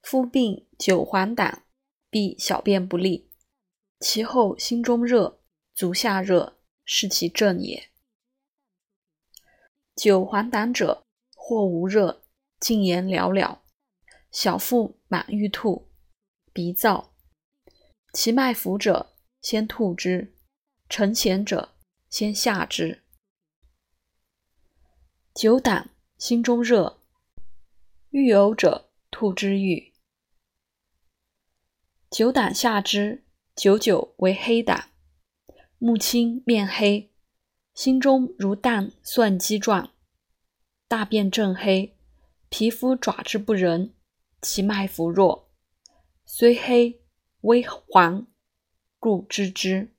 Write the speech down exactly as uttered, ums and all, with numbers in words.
夫病久黄疸，必小便不利，其后心中热，足下热，是其症也。久黄疸者，或无热，静言寥寥，小腹满欲吐，鼻燥，其脉浮者，先吐之，沉弦者，先下之。久胆，心中热，欲呕者，吐之欲。久胆下之，久久为黑胆，目青面黑，心中如淡蒜鸡状，大便正黑，皮肤爪之不仁，其脉浮弱，虽黑微黄，故知之。